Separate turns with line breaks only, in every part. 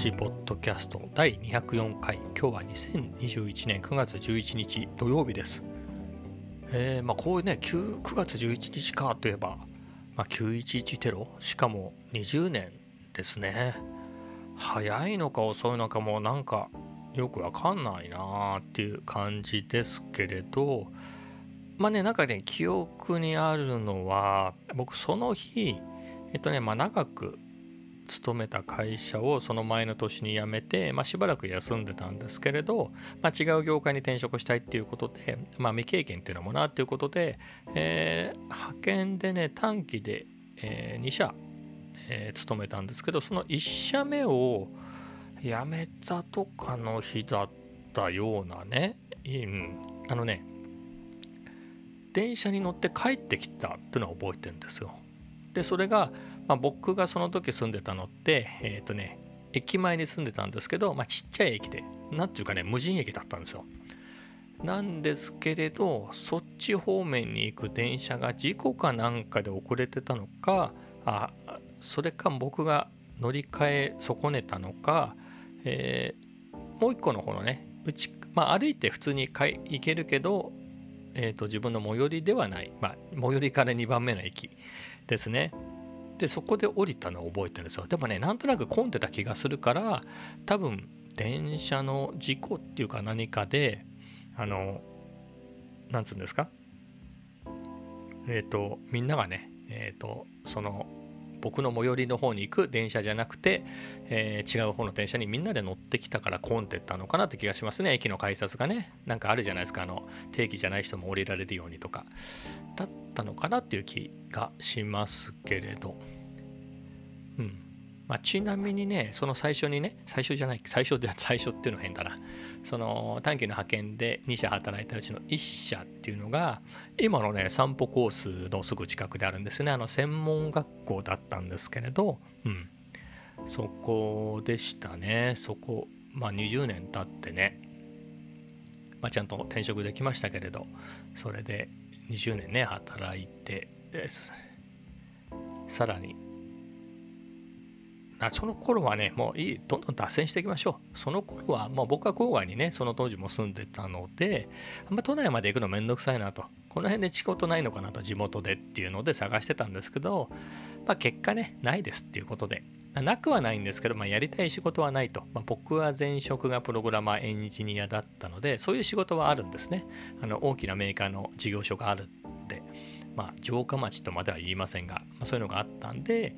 しいポッドキャスト第204回。今日は2021年9月11日土曜日です。こういうね 9月11日かといえば、911テロ、しかも20年ですね。早いのか遅いのかもなんかよくわかんないなっていう感じですけれど、なんかね、記憶にあるのは、僕その日長く勤めた会社をその前の年に辞めて、しばらく休んでたんですけれど、違う業界に転職したいっていうことで、未経験っていうのもなっていうことで、派遣でね短期で、2社、勤めたんですけど、その1社目を辞めたとかの日だったようなね、電車に乗って帰ってきたっていうのを覚えてるんですよ。でそれが、僕がその時住んでたのって駅前に住んでたんですけど、ちっちゃい駅でなんていうかね、無人駅だったんですよ。なんですけれど、そっち方面に行く電車が事故かなんかで遅れてたのか、それか僕が乗り換え損ねたのか、もう一個の方のね歩いて普通に行けるけど、自分の最寄りではない、最寄りから2番目の駅ですね。でそこで降りたのを覚えてるんですよ。でもね、なんとなく混んでた気がするから、多分電車の事故っていうか何かでなんつうんですか、みんながねその僕の最寄りの方に行く電車じゃなくて、違う方の電車にみんなで乗ってきたから混んでったのかなって気がしますね。駅の改札がね、なんかあるじゃないですか、定期じゃない人も降りられるようにとかだったのかなっていう気がしますけれど、ちなみにね、その最初っていうのは変だな。その短期の派遣で2社働いたうちの1社っていうのが今のね散歩コースのすぐ近くであるんですね。専門学校だったんですけれど、そこでしたね。そこ20年経ってね、ちゃんと転職できましたけれど、それで20年ね働いてです。さらにその頃はね、もういい、どんどん脱線していきましょう。その頃は僕は郊外にねその当時も住んでたので、都内まで行くのめんどくさいなと、この辺で仕事ないのかなと、地元でっていうので探してたんですけど、結果ねないですっていうことで、なくはないんですけど、やりたい仕事はないと。僕は前職がプログラマーエンジニアだったので、そういう仕事はあるんですね。大きなメーカーの事業所があるんで、城下町とまでは言いませんが、そういうのがあったんで、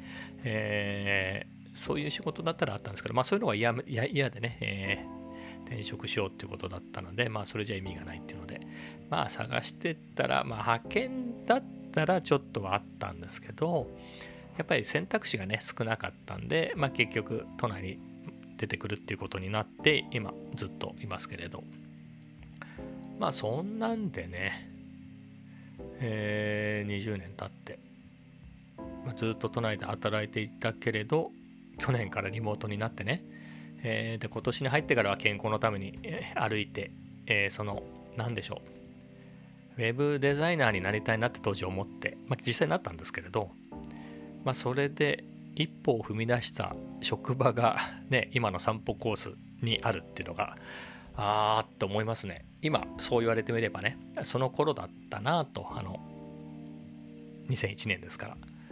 そういう仕事だったらあったんですけど、そういうのが嫌でね、転職しようっていうことだったので、それじゃ意味がないっていうので、探してったら、派遣だったらちょっとはあったんですけど、やっぱり選択肢がね少なかったんで、結局都内に出てくるっていうことになって今ずっといますけれど、そんなんでね、20年経って、ずっと都内で働いていたけれど、去年からリモートになってね、で今年に入ってからは健康のために歩いて、何でしょう、ウェブデザイナーになりたいなって当時思って、実際になったんですけれど、それで一歩を踏み出した職場がね今の散歩コースにあるっていうのがと思いますね。今そう言われてみればね、その頃だったなと。2001年ですから、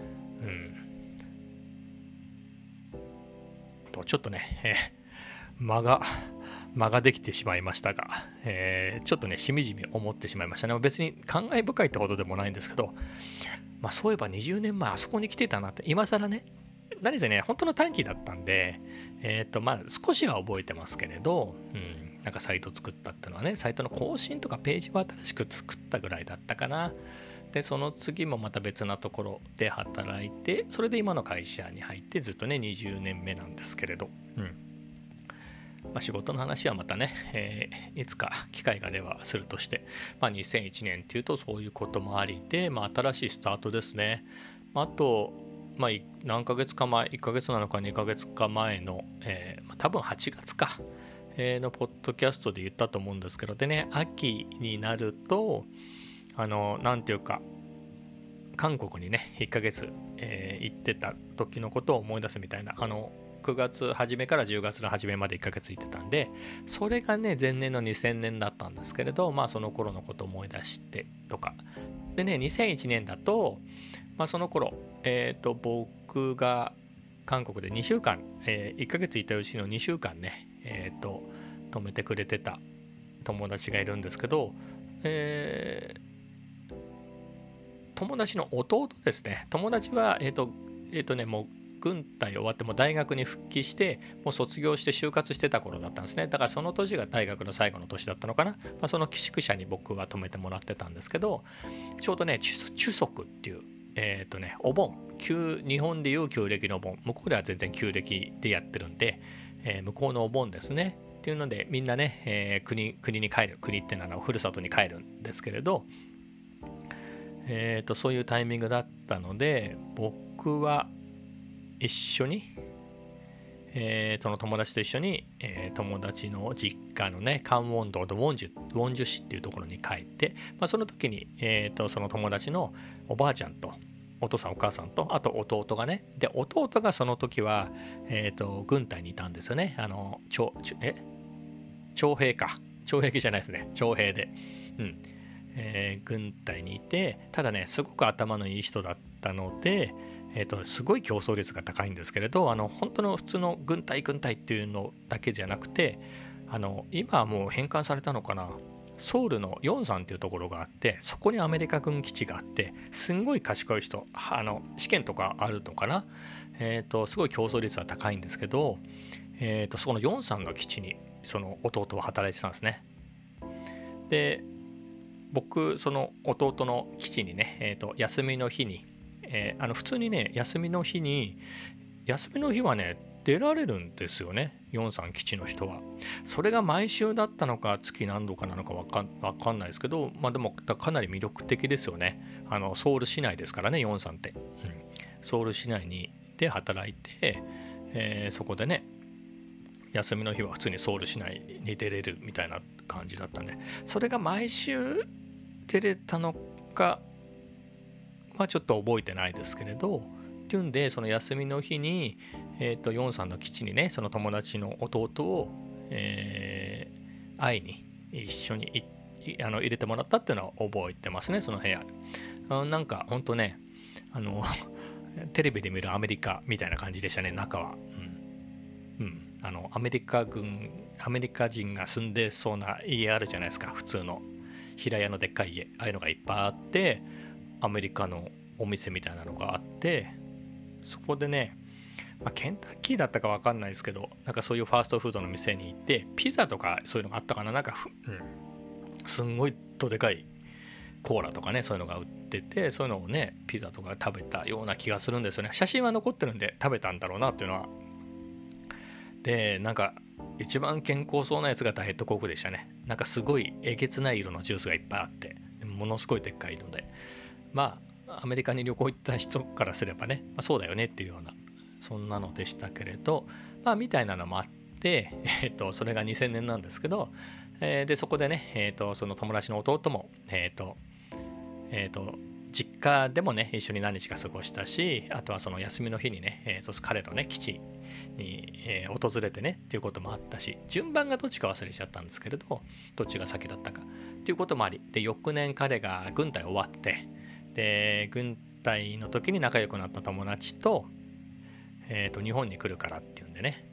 ちょっとね、間ができてしまいましたが、ちょっとねしみじみ思ってしまいましたね。別に感慨深いってほどでもないんですけど、そういえば20年前あそこに来てたなって今更ね、何せね本当の短期だったんで、少しは覚えてますけれど、なんかサイト作ったってのはね、サイトの更新とかページを新しく作ったぐらいだったかな。でその次もまた別なところで働いて、それで今の会社に入ってずっとね20年目なんですけれど、仕事の話はまたね、いつか機会があればするとして、2001年っていうとそういうこともありで、新しいスタートですね。あと、何ヶ月か前、1ヶ月なのか2ヶ月か前の、多分8月か、のポッドキャストで言ったと思うんですけど、でね、秋になるとなんていうか、韓国にね1ヶ月、行ってた時のことを思い出すみたいな、 9月初めから10月の初めまで1ヶ月行ってたんで、それがね前年の2000年だったんですけれど、その頃のことを思い出してとかでね、2001年だと、その頃、僕が韓国で2週間、1ヶ月いたうちの2週間ね、泊めてくれてた友達がいるんですけど、友達の弟ですね。友達はもう軍隊終わっても大学に復帰してもう卒業して就活してた頃だったんですね。だからその年が大学の最後の年だったのかな。その寄宿舎に僕は泊めてもらってたんですけど、ちょうどね中足っていうお盆、日本でいう旧暦のお盆、向こうでは全然旧暦でやってるんで、向こうのお盆ですねっていうので、みんなね、国に帰る、国っていうのはふるさとに帰るんですけれど、そういうタイミングだったので、僕は一緒に、その友達と一緒に、友達の実家のねカンウォン道のウォンジュ市っていうところに帰って、その時に、その友達のおばあちゃんとお父さんお母さんとあと弟がね、で弟がその時は、軍隊にいたんですよね。徴兵か、徴兵じゃないですね、徴兵で、軍隊にいて、ただねすごく頭のいい人だったので、すごい競争率が高いんですけれど、本当の普通の軍隊っていうのだけじゃなくて、今はもう返還されたのかな、ソウルのヨンサンっていうところがあって、そこにアメリカ軍基地があって、すんごい賢い人、試験とかあるのかな、すごい競争率は高いんですけど、そこのヨンサンの基地にその弟は働いてたんですね。で僕その弟の基地にね、休みの日に、普通にね休みの日はね出られるんですよね、ヨンサン基地の人は。それが毎週だったのか月何度かなのか分かんないですけど、でもかなり魅力的ですよね。ソウル市内ですからね、ヨンサンって、ソウル市内で働いて、そこでね休みの日は普通にソウル市内に出れるみたいな感じだったんで、それが毎週出れたのかちょっと覚えてないですけれど、っていうんで、その休みの日に、ヨンさんの基地にねその友達の弟を、会いに一緒に入れてもらったっていうのは覚えてますね、その部屋。なんかほんとねテレビで見るアメリカみたいな感じでしたね、中は。アメリカ人が住んでそうな家あるじゃないですか、普通の平屋のでっかい家、ああいうのがいっぱいあって、アメリカのお店みたいなのがあって、そこでね、ケンタッキーだったか分かんないですけど、なんかそういうファーストフードの店に行ってピザとかそういうのがあったかな、なんかすんごいどでかいコーラとかね、そういうのが売ってて、そういうのをねピザとか食べたような気がするんですよね。写真は残ってるんで食べたんだろうなっていうのは。でなんか一番健康そうなやつがダイエットコークでしたね。なんかすごいえげつない色のジュースがいっぱいあって、ものすごいでっかいので、アメリカに旅行行った人からすればね、そうだよねっていうような、そんなのでしたけれど、みたいなのもあって、それが2000年なんですけど、でそこでね、その友達の弟も実家でもね一緒に何日か過ごしたし、あとはその休みの日にね、彼のね基地に、訪れてねっていうこともあったし、順番がどっちか忘れちゃったんですけれど、どっちが先だったかっていうこともあり、で翌年彼が軍隊終わって、で軍隊の時に仲良くなった友達と、日本に来るからっていうんでね、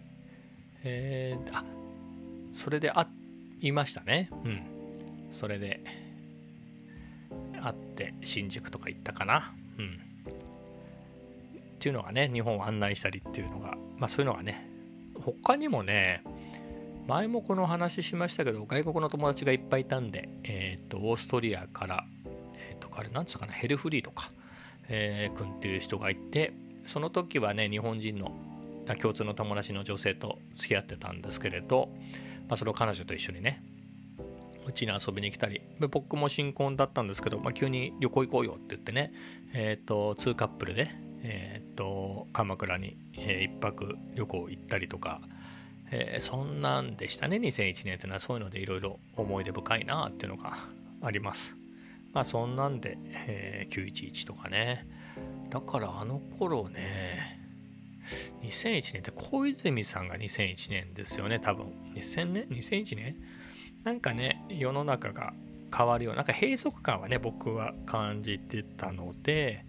それで会いましたね。それで会って新宿とか行ったかな。っていうのがね、日本を案内したりっていうのが、そういうのがね、他にもね、前もこの話しましたけど、外国の友達がいっぱいいたんで、オーストリアから、あれなんつうかな、ヘルフリーとか、君っていう人がいて、その時はね、日本人の共通の友達の女性と付き合ってたんですけれど、それを彼女と一緒にね、うちに遊びに来たり、僕も新婚だったんですけど、急に旅行行こうよって言ってね、2カップルで、鎌倉に、1泊旅行行ったりとか、そんなんでしたね。2001年というのはそういうのでいろいろ思い出深いなっていうのがあります。そんなんで、911とかね、だからあの頃ね、 2001年って小泉さんが2001年ですよね、多分。2000年 ?2001 年なんかね、世の中が変わるような、なんか閉塞感はね、僕は感じてたので、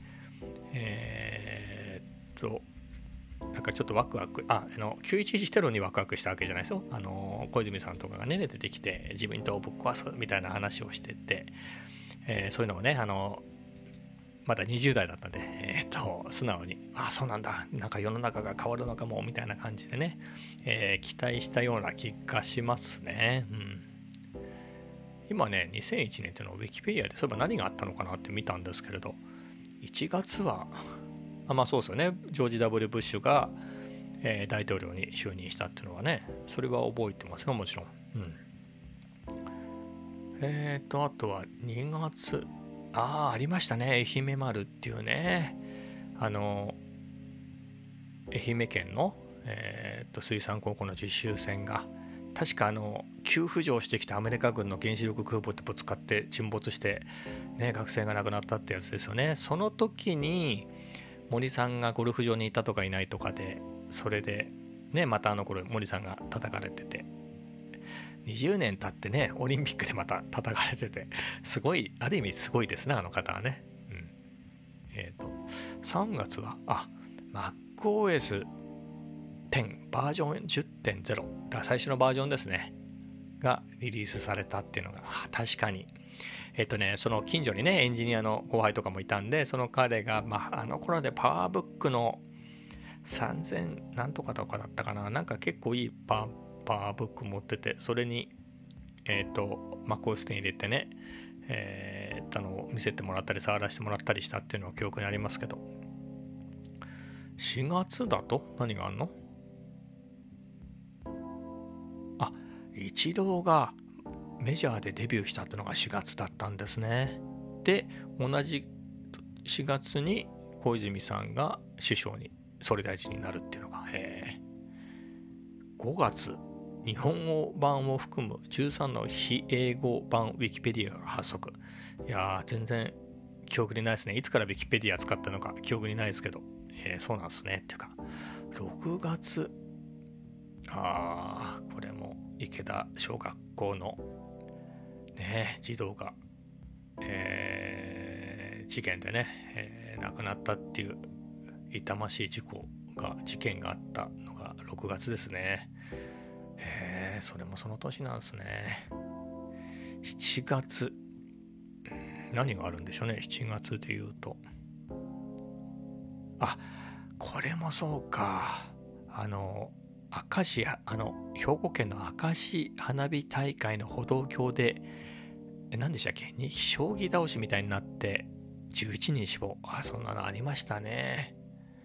なんかちょっとワクワク、911テロにワクワクしたわけじゃないですよ。小泉さんとかがね、出てきて、自民党をぶっ壊すみたいな話をしてて、そういうのをね、まだ20代だったんで、素直に、そうなんだ、なんか世の中が変わるのかも、みたいな感じでね、期待したような気がしますね。今ね、2001年っていうのをウィキペディアでそういえば何があったのかなって見たんですけれど、1月は、そうですよね、ジョージ・ W. ブッシュが、大統領に就任したっていうのはね、それは覚えてますよ、もちろん。あとは2月、ありましたね、愛媛丸っていうね、愛媛県の、水産高校の実習船が、確か急浮上してきたアメリカ軍の原子力空母ってぶつかって沈没して、ね、学生が亡くなったってやつですよね。その時に森さんがゴルフ場にいたとかいないとかで、それでね、また頃森さんが叩かれてて、20年経ってね、オリンピックでまた叩かれてて、すごい、ある意味すごいですね、あの方はね。3月はMacOS10 バージョン 10.0 だから最初のバージョンですねがリリースされたっていうのが、確かにその近所にねエンジニアの後輩とかもいたんで、その彼があの頃でパワーブックの3000なんとかとかだったかな、なんか結構いいパワーブック持ってて、それにMacOS10 入れてね見せてもらったり触らせてもらったりしたっていうのは記憶にありますけど、4月だと何があんの？イチローがメジャーでデビューしたっていうのが4月だったんですね。で、同じ4月に小泉さんが首相に総理大臣になるっていうのが、5月日本語版を含む13の非英語版ウィキペディアが発足。いやー、全然記憶にないですね。いつからウィキペディア使ったのか記憶にないですけど、そうなんですね。っていうか6月、これも池田小学校のね児童が、事件でね、亡くなったっていう痛ましい事件があったのが6月ですね。それもその年なんですね。7月、何があるんでしょうね。7月で言うと、これもそうか、兵庫県の明石花火大会の歩道橋で何でしたっけに将棋倒しみたいになって11人死亡。そんなのありましたね。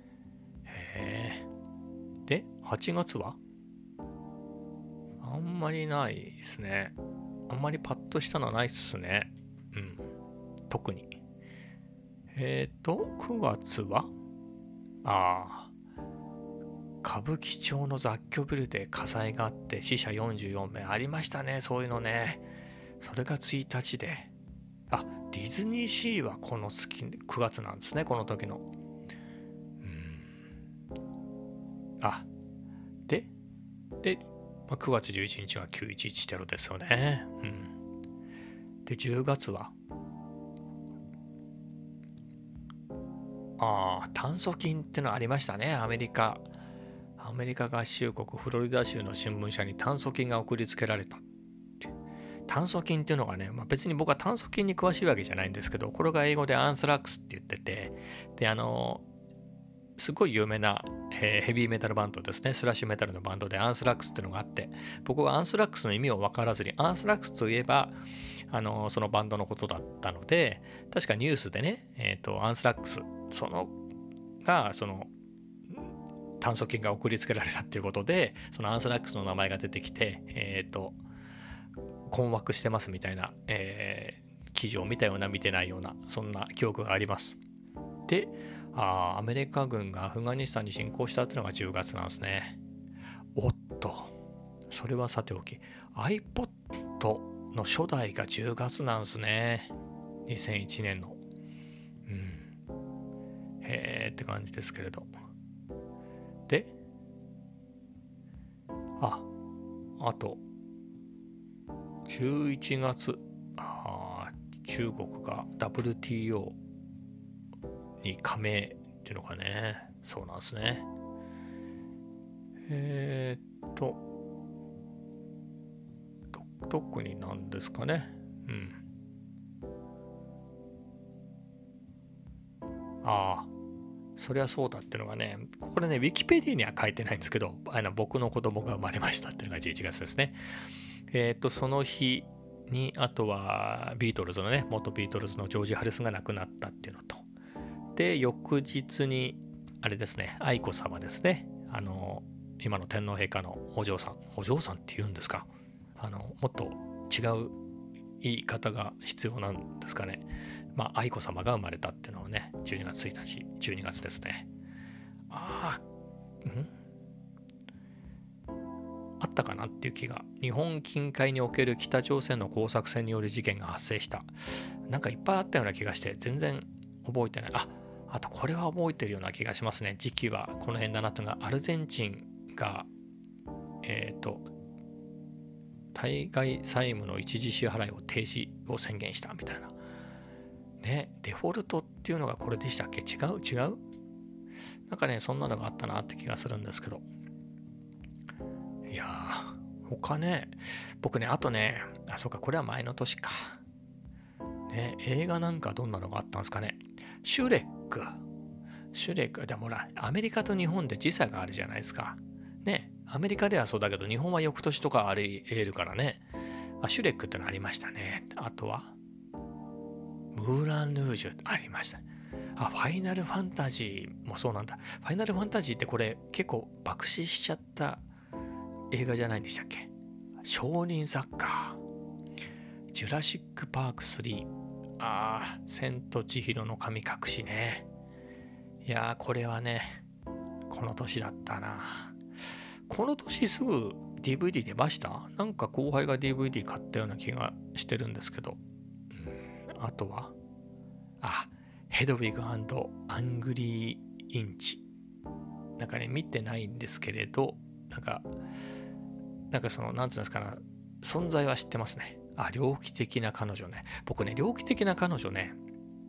で8月はあんまりないですね。あんまりパッとしたのはないっすね。特に。9月は歌舞伎町の雑居ビルで火災があって死者44名ありましたね。そういうのね。それが1日で、ディズニーシーはこの月9月なんですね、この時の。で9月11日は911テロですよね。で10月は炭疽菌ってのありましたね。アメリカ合衆国フロリダ州の新聞社に炭疽菌が送りつけられた。炭疽菌っていうのがね、別に僕は炭疽菌に詳しいわけじゃないんですけど、これが英語でアンスラックスって言ってて、ですごい有名な、ヘビーメタルバンドですね、スラッシュメタルのバンドでアンスラックスっていうのがあって、僕はアンスラックスの意味を分からずに、アンスラックスといえばそのバンドのことだったので、確かニュースでね、アンスラックスが炭疽菌が送りつけられたっていうことで、そのアンスラックスの名前が出てきて、困惑してますみたいな、記事を見たような見てないような、そんな記憶があります。で、アメリカ軍がアフガニスタンに侵攻したっていうのが10月なんですね。おっと、それはさておき、iPod の初代が10月なんですね。2001年の。って感じですけれど。 で、あと、11月、中国が WTO に加盟っていうのがね、そうなんですね。特になんですかね。そりゃそうだっていうのがね、これね、ウィキペディには書いてないんですけど、僕の子供が生まれましたっていうのが11月ですね。その日に、あとはビートルズのね、元ビートルズのジョージ・ハリスンが亡くなったっていうのと、で、翌日に、あれですね、愛子様ですね、今の天皇陛下のお嬢さんって言うんですか、もっと違う言い方が必要なんですかね。愛子様が生まれたっていうのをね、12月1日、12月ですね。あったかなっていう気が。日本近海における北朝鮮の工作船による事件が発生した。なんかいっぱいあったような気がして、全然覚えてない。あとこれは覚えてるような気がしますね。時期はこの辺だなというのが、アルゼンチンが、対外債務の一時支払いを停止を宣言したみたいな。ね、デフォルトっていうのがこれでしたっけ？違うなんかね、そんなのがあったなって気がするんですけど。いやー、他ね、僕ね、あとね、そうか、これは前の年か。ね、映画なんかどんなのがあったんですかね。シュレック、でもほら、アメリカと日本で時差があるじゃないですか。ね、アメリカではそうだけど、日本は翌年とかあり得るからね。シュレックってのありましたね。あとはムーラン・ルージュありましたね。ファイナルファンタジーもそうなんだ。ファイナルファンタジーってこれ結構爆死しちゃった映画じゃないんでしたっけ？少年サッカー、ジュラシック・パーク3、千と千尋の神隠しね。いやー、これはね、この年だったな。この年すぐ DVD 出ました？なんか後輩が DVD 買ったような気がしてるんですけど。あとはヘドウィグ&アングリー・インチ。なんかね、見てないんですけれど、なんかその、なんつうんですかな、存在は知ってますね。猟奇的な彼女ね。僕ね、猟奇的な彼女ね、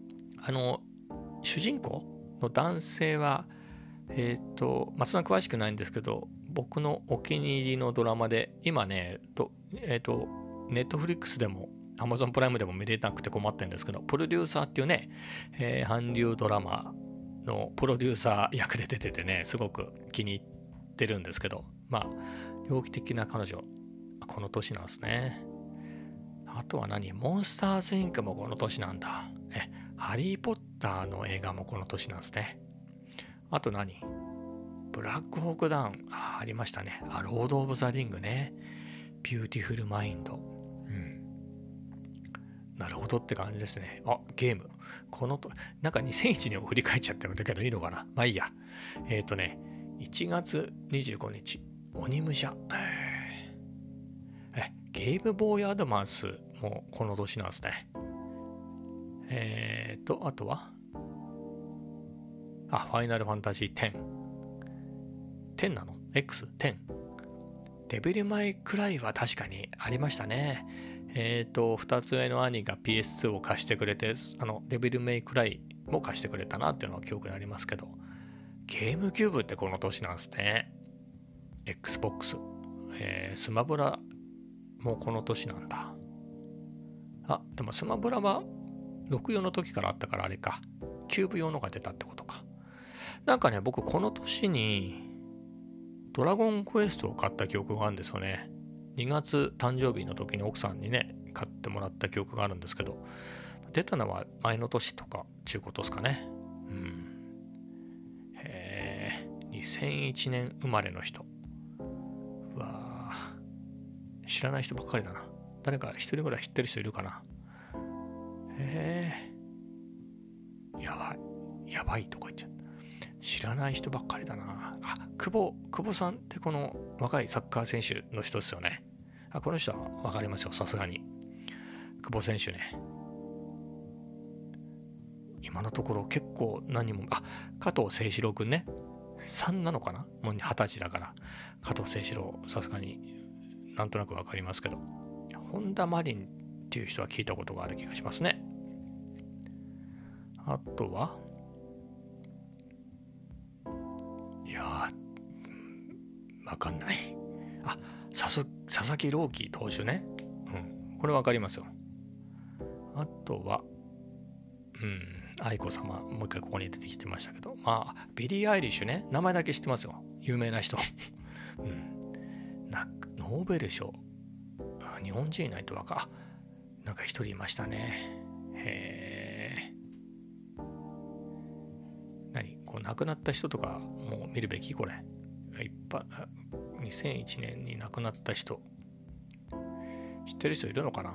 主人公の男性は、そんな詳しくないんですけど、僕のお気に入りのドラマで、今ね、ネットフリックスでも、Amazon プライムでも見れなくて困ってるんですけど、プロデューサーっていうね、韓流ドラマのプロデューサー役で出ててね、すごく気に入ってるんですけど、猟奇的な彼女、この年なんですね。あとはモンスターズインクもこの年なんだ。ハリーポッターの映画もこの年なんですね。あとブラックホークダウン、ありましたね。ロード・オブ・ザ・リングね。ビューティフル・マインド。なるほどって感じですね。ゲーム。なんか2001年を振り返っちゃってるんだけどいいのかな。いいや。1月25日、鬼武者。ゲームボーイアドバンスもこの年なんですね。あとはファイナルファンタジー10。10なの？ X10。デビルマイクライは確かにありましたね。2つ上の兄が PS2 を貸してくれて、デビルメイクライも貸してくれたなっていうのは記憶にありますけど、ゲームキューブってこの年なんですね。Xbox、スマブラもこの年なんだ。でもスマブラは64の時からあったからあれか。キューブ用のが出たってことか。なんかね、僕この年にドラゴンクエストを買った記憶があるんですよね。2月誕生日の時に奥さんにね、買ってもらった記憶があるんですけど、出たのは前の年とか中古ですかね。2001年生まれの人。知らない人ばっかりだな。誰か一人ぐらい知ってる人いるかな。やばいとか言っちゃう。知らない人ばっかりだな。久保さんってこの若いサッカー選手の人ですよね。この人は分かりますよ、さすがに。久保選手ね。今のところ結構何も、加藤清史郎くんね。 3なのかな、もう20歳だから。加藤清史郎、さすがになんとなくわかりますけど、本田真凜っていう人は聞いたことがある気がしますね。あとは、いやー、わかんない。あ、佐々木朗希投手ね。これわかりますよ。あとは、愛子様、もう一回ここに出てきてましたけど、まあ、ビリー・アイリッシュね、名前だけ知ってますよ。有名な人。ノーベル賞。日本人いないとなんか一人いましたね。こう亡くなった人とかもう見るべきこれ。いっぱい、2001年に亡くなった人。知ってる人いるのかな。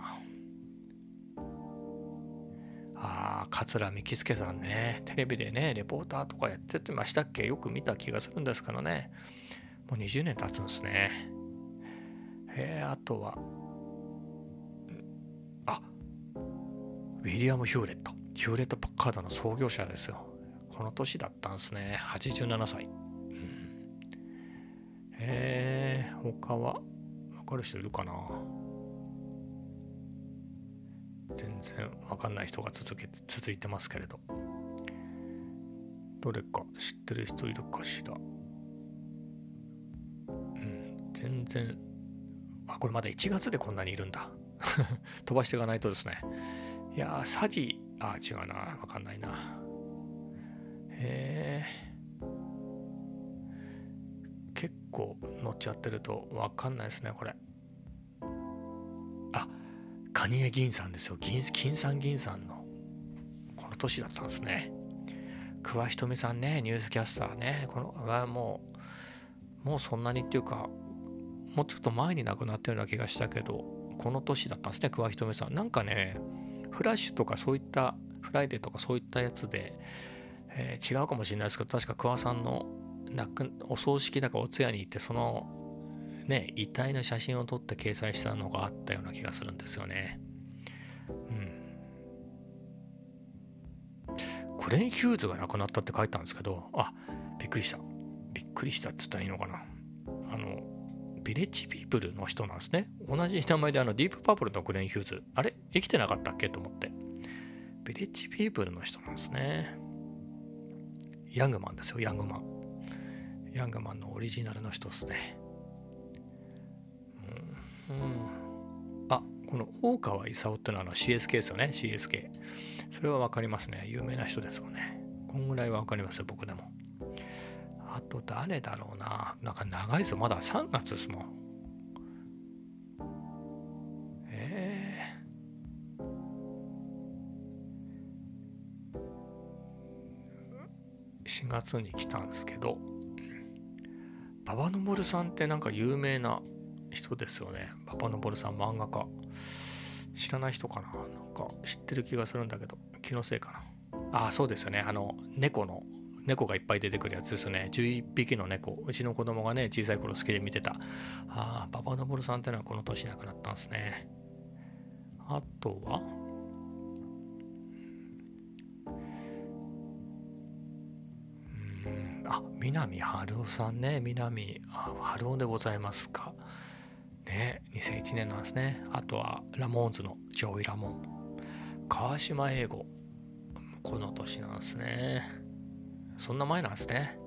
桂三木助さんね、テレビでね、レポーターとかやってましたっけ。よく見た気がするんですけどね。もう20年経つんですね。あとは、ウィリアム・ヒューレット・パッカードの創業者ですよ。この年だったんですね。87歳。他は分かる人いるかな。全然分かんない人が続いてますけれど、どれか知ってる人いるかしら。全然。これまだ1月でこんなにいるんだ。飛ばしていかないとですね。いやー、サジ、違うな、分かんないな。結構乗っちゃってると分かんないですね、これ。蟹江銀さんですよ。金さん銀さんのこの年だったんですね。桑ひとみさんね、ニュースキャスターね。このはもうそんなにっていうか、もうちょっと前に亡くなったような気がしたけど、この年だったんですね、桑ひとみさん。なんかね、フラッシュとかそういったフライデーとかそういったやつで、違うかもしれないですけど、確か桑さんのお葬式だかお通夜に行って、そのね、遺体の写真を撮って掲載したのがあったような気がするんですよね。グレン・ヒューズが亡くなったって書いたんですけど、びっくりしたって言ったらいいのかな。ビレッジピープルの人なんですね。同じ名前でディープパープルのグレン・ヒューズ、あれ生きてなかったっけと思って。ビレッジピープルの人なんですね。ヤングマンですよ、ヤングマンのオリジナルの人ですね。この大川勲ってのはCSK ですよね。CSK。それは分かりますね。有名な人ですよね。こんぐらいは分かりますよ、僕でも。あと誰だろうな。なんか長いですよ。まだ3月ですもん。4月に来たんですけど、馬場昇さんってなんか有名な人ですよね。馬場昇さん、漫画家。知らない人かな。なんか知ってる気がするんだけど、気のせいかな。そうですよね。猫がいっぱい出てくるやつですよね。11匹の猫。うちの子供がね、小さい頃好きで見てた。馬場昇さんってのはこの年亡くなったんですね。あとは、南春夫さんね。南春夫でございますか。ね、2001年なんですね。あとは、ラモーンズのジョイ・ラモン。川島英語。この年なんですね。そんな前なんですね。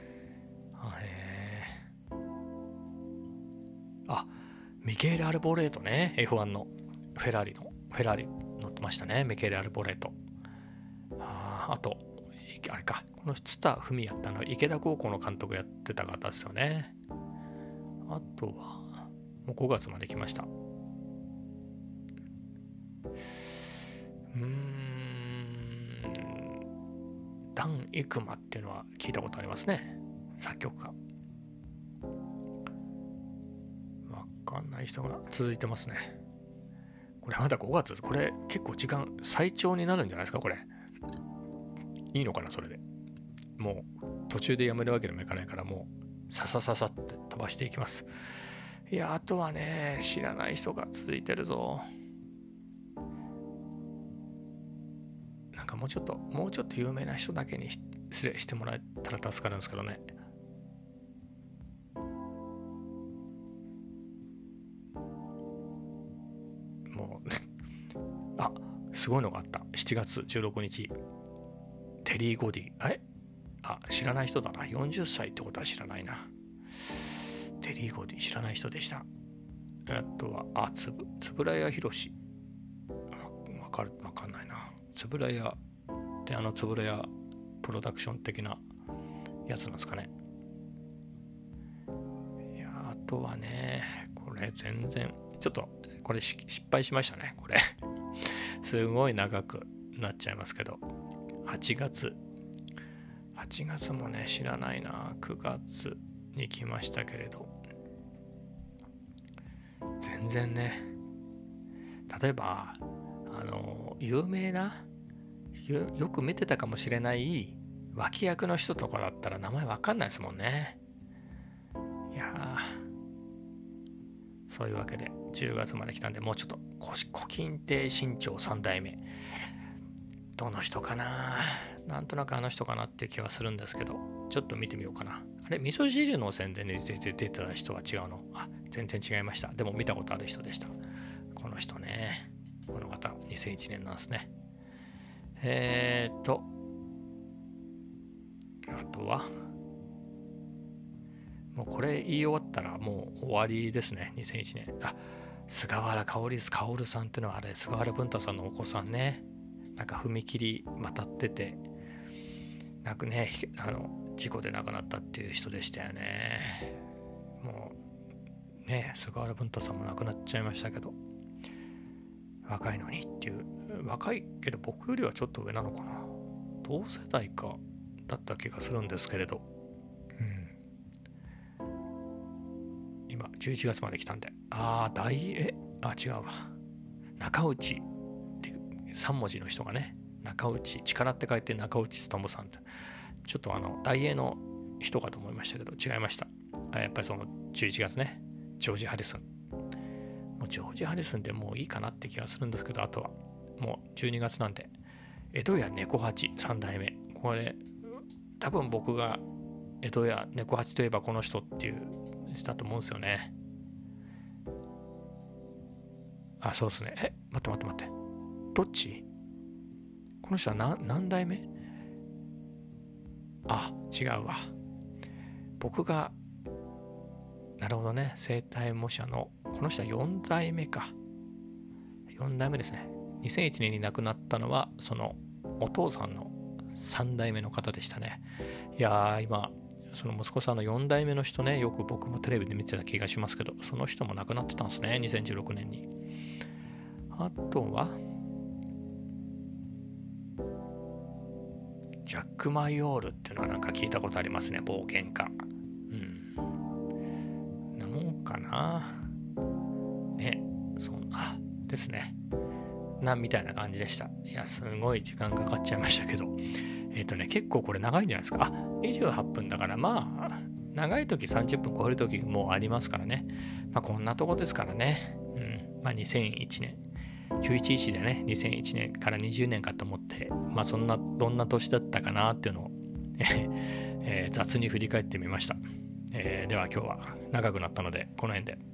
ミケール・アルボレートね。F1 のフェラーリ乗ってましたね。ミケール・アルボレート。あと、あれか。この津田文也って池田高校の監督やってた方ですよね。あとは、もう5月まで来ました。ダン・イクマっていうのは聞いたことありますね。作曲家。わかんない人が続いてますね。これまだ5月。これ結構時間最長になるんじゃないですか、これ。いいのかな、それで。もう途中でやめるわけにもいかないから、もうささって飛ばしていきます。いや、あとはね、知らない人が続いてるぞ。なんかもうちょっと有名な人だけに失礼してもらえたら助かるんですけどね。 もうあ、すごいのがあった。7月16日テリー・ゴディ、知らない人だな。40歳ってことは知らないな。テリー・ゴディ知らない人でした。あとは円谷博士、わかんないな。円谷って円谷プロダクション的なやつなんですかね。いや、あとはね、これ全然ちょっとこれ失敗しましたね。これすごい長くなっちゃいますけど、8月もね知らないな。9月に来ましたけれど、全然ね、例えば有名なよく見てたかもしれない脇役の人とかだったら名前わかんないですもんね。いやそういうわけで10月まで来たんで、もうちょっと古今亭新潮3代目、どの人かな、なんとなくあの人かなっていう気はするんですけど、ちょっと見てみようかな。あれ、味噌汁の宣伝で出てた人は違うの？全然違いました。でも見たことある人でした。この人ね、この方2001年なんですね。あとはもうこれ言い終わったらもう終わりですね。2001年。菅原薫さんっていうのは、あれ菅原文太さんのお子さんね。なんか踏切渡ってて、事故で亡くなったっていう人でしたよね。もうね、菅原文太さんも亡くなっちゃいましたけど、若いのにっていう。若いけど僕よりはちょっと上なのかな。同世代かだった気がするんですけれど、今11月まで来たんで、違うわ。中内って3文字の人がね、中内、力って書いて中内勉さんって、ちょっと大英の人かと思いましたけど違いました。やっぱりその11月ね、ジョージ・ハリスン。もうジョージ・ハリスンでもういいかなって気がするんですけど、あとはもう12月なんで、江戸屋猫八3代目。これ多分僕が江戸屋猫八といえばこの人っていう人だと思うんですよね。そうですね。待って。どっち？この人は何代目？違うわ。僕がなるほどね、生体模写のこの人は4代目か。4代目ですね。2001年に亡くなったのはそのお父さんの3代目の方でしたね。いやー、今その息子さんの4代目の人ね、よく僕もテレビで見てた気がしますけど、その人も亡くなってたんですね、2016年に。あとはジャック・マイオールっていうのはなんか聞いたことありますね。冒険家。なもんかな。ね、ですね。みたいな感じでした。いや、すごい時間かかっちゃいましたけど。結構これ長いんじゃないですか。28分だから、長い時30分超える時もありますからね。こんなとこですからね。2001年。911でね、2001年から20年かと思って、どんな年だったかなっていうのを、雑に振り返ってみました。では今日は長くなったので、この辺で。